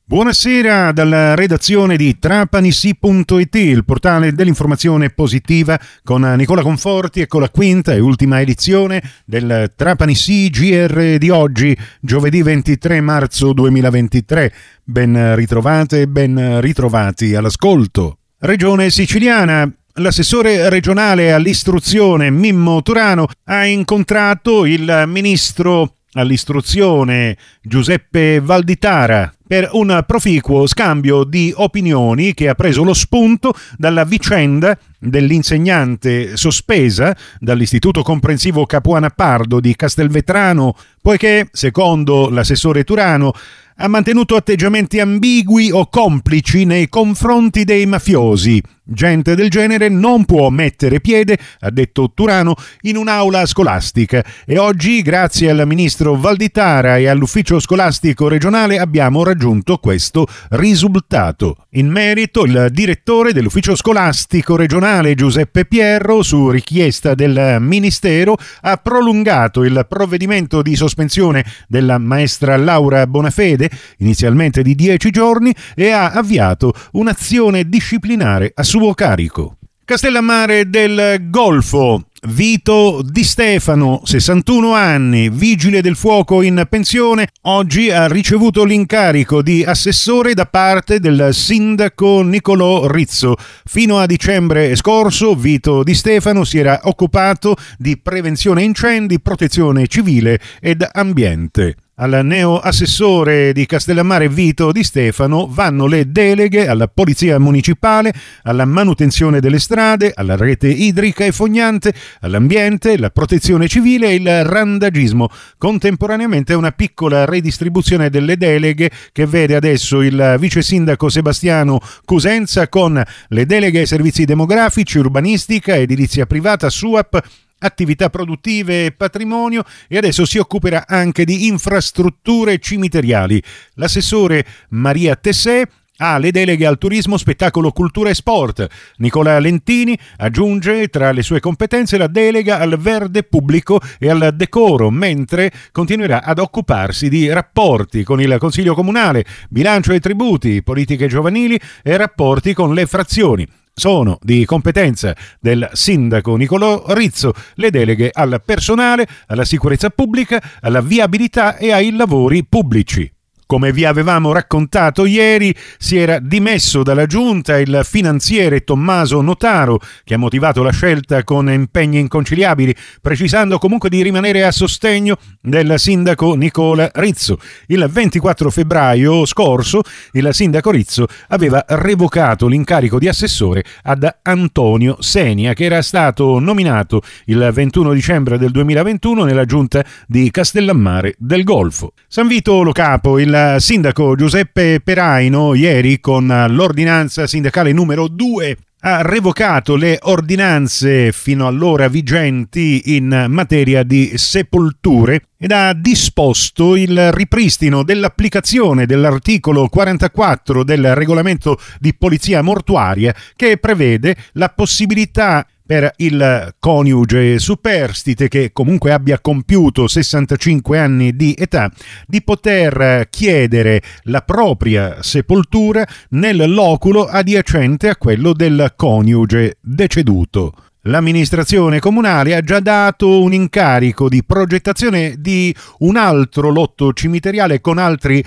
Buonasera dalla redazione di trapanissi.it, il portale dell'informazione positiva, con Nicola Conforti e con la quinta e ultima edizione del Trapanissi GR di oggi, giovedì 23 marzo 2023. Ben ritrovate e ben ritrovati all'ascolto. Regione siciliana. L'assessore regionale all'istruzione Mimmo Turano ha incontrato il ministro all'istruzione Giuseppe Valditara per un proficuo scambio di opinioni che ha preso lo spunto dalla vicenda dell'insegnante sospesa dall'Istituto Comprensivo Capuana Pardo di Castelvetrano, poiché, secondo l'assessore Turano, ha mantenuto atteggiamenti ambigui o complici nei confronti dei mafiosi. Gente del genere non può mettere piede, ha detto Turano, in un'aula scolastica, e oggi, grazie al ministro Valditara e all'ufficio scolastico regionale, abbiamo raggiunto questo risultato. In merito, il direttore dell'ufficio scolastico regionale Giuseppe Pierro, su richiesta del ministero, ha prolungato il provvedimento di sospensione della maestra Laura Bonafede, inizialmente di 10 giorni, e ha avviato un'azione disciplinare a suo carico. Castellammare del Golfo. Vito Di Stefano, 61 anni, vigile del fuoco in pensione, oggi ha ricevuto l'incarico di assessore da parte del sindaco Nicolò Rizzo. Fino a dicembre scorso Vito Di Stefano si era occupato di prevenzione incendi, protezione civile ed ambiente. Al neo-assessore di Castellammare Vito Di Stefano vanno le deleghe alla Polizia Municipale, alla manutenzione delle strade, alla rete idrica e fognante, all'ambiente, la protezione civile e il randagismo. Contemporaneamente una piccola redistribuzione delle deleghe che vede adesso il vice sindaco Sebastiano Cusenza con le deleghe ai servizi demografici, urbanistica, edilizia privata, SUAP, attività produttive e patrimonio, e adesso si occuperà anche di infrastrutture cimiteriali. L'assessore Maria Tessè ha le deleghe al turismo, spettacolo, cultura e sport. Nicola Lentini aggiunge tra le sue competenze la delega al verde pubblico e al decoro, mentre continuerà ad occuparsi di rapporti con il Consiglio Comunale, bilancio e tributi, politiche giovanili e rapporti con le frazioni. Sono di competenza del sindaco Nicolò Rizzo le deleghe al personale, alla sicurezza pubblica, alla viabilità e ai lavori pubblici. Come vi avevamo raccontato ieri, si era dimesso dalla giunta il finanziere Tommaso Notaro, che ha motivato la scelta con impegni inconciliabili, precisando comunque di rimanere a sostegno del sindaco Nicola Rizzo. Il 24 febbraio scorso il sindaco Rizzo aveva revocato l'incarico di assessore ad Antonio Senia, che era stato nominato il 21 dicembre del 2021 nella giunta di Castellammare del Golfo. San Vito Lo Capo, il sindaco Giuseppe Peraino, ieri con l'ordinanza sindacale numero 2 ha revocato le ordinanze fino allora vigenti in materia di sepolture ed ha disposto il ripristino dell'applicazione dell'articolo 44 del regolamento di polizia mortuaria, che prevede la possibilità per il coniuge superstite che comunque abbia compiuto 65 anni di età di poter chiedere la propria sepoltura nel loculo adiacente a quello del coniuge deceduto. L'amministrazione comunale ha già dato un incarico di progettazione di un altro lotto cimiteriale con altri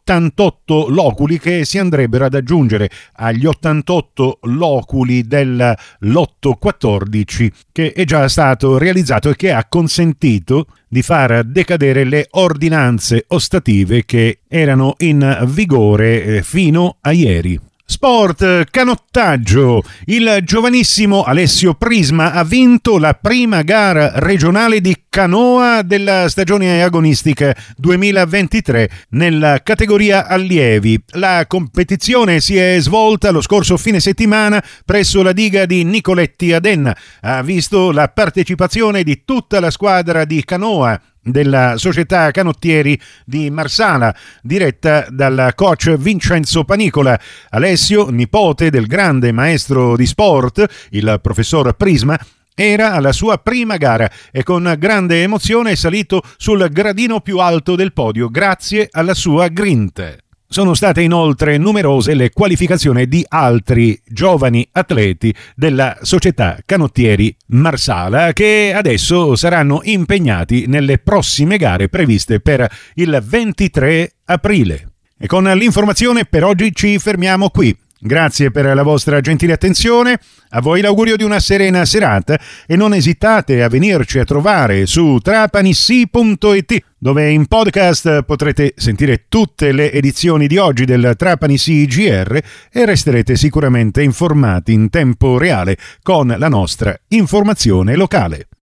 88 loculi che si andrebbero ad aggiungere agli 88 loculi del lotto 14 che è già stato realizzato e che ha consentito di far decadere le ordinanze ostative che erano in vigore fino a ieri. Sport, canottaggio. Il giovanissimo Alessio Prisma ha vinto la prima gara regionale di canoa della stagione agonistica 2023 nella categoria allievi. La competizione si è svolta lo scorso fine settimana presso la diga di Nicoletti ad Enna. Ha visto la partecipazione di tutta la squadra di canoa della società canottieri di Marsala, diretta dal coach Vincenzo Panicola. Alessio, nipote del grande maestro di sport, il professor Prisma, era alla sua prima gara e con grande emozione è salito sul gradino più alto del podio grazie alla sua grinta. Sono state inoltre numerose le qualificazioni di altri giovani atleti della società Canottieri Marsala che adesso saranno impegnati nelle prossime gare previste per il 23 aprile. E con l'informazione per oggi ci fermiamo qui. Grazie per la vostra gentile attenzione, a voi l'augurio di una serena serata e non esitate a venirci a trovare su trapanissi.it, dove in podcast potrete sentire tutte le edizioni di oggi del Trapani CGR e resterete sicuramente informati in tempo reale con la nostra informazione locale.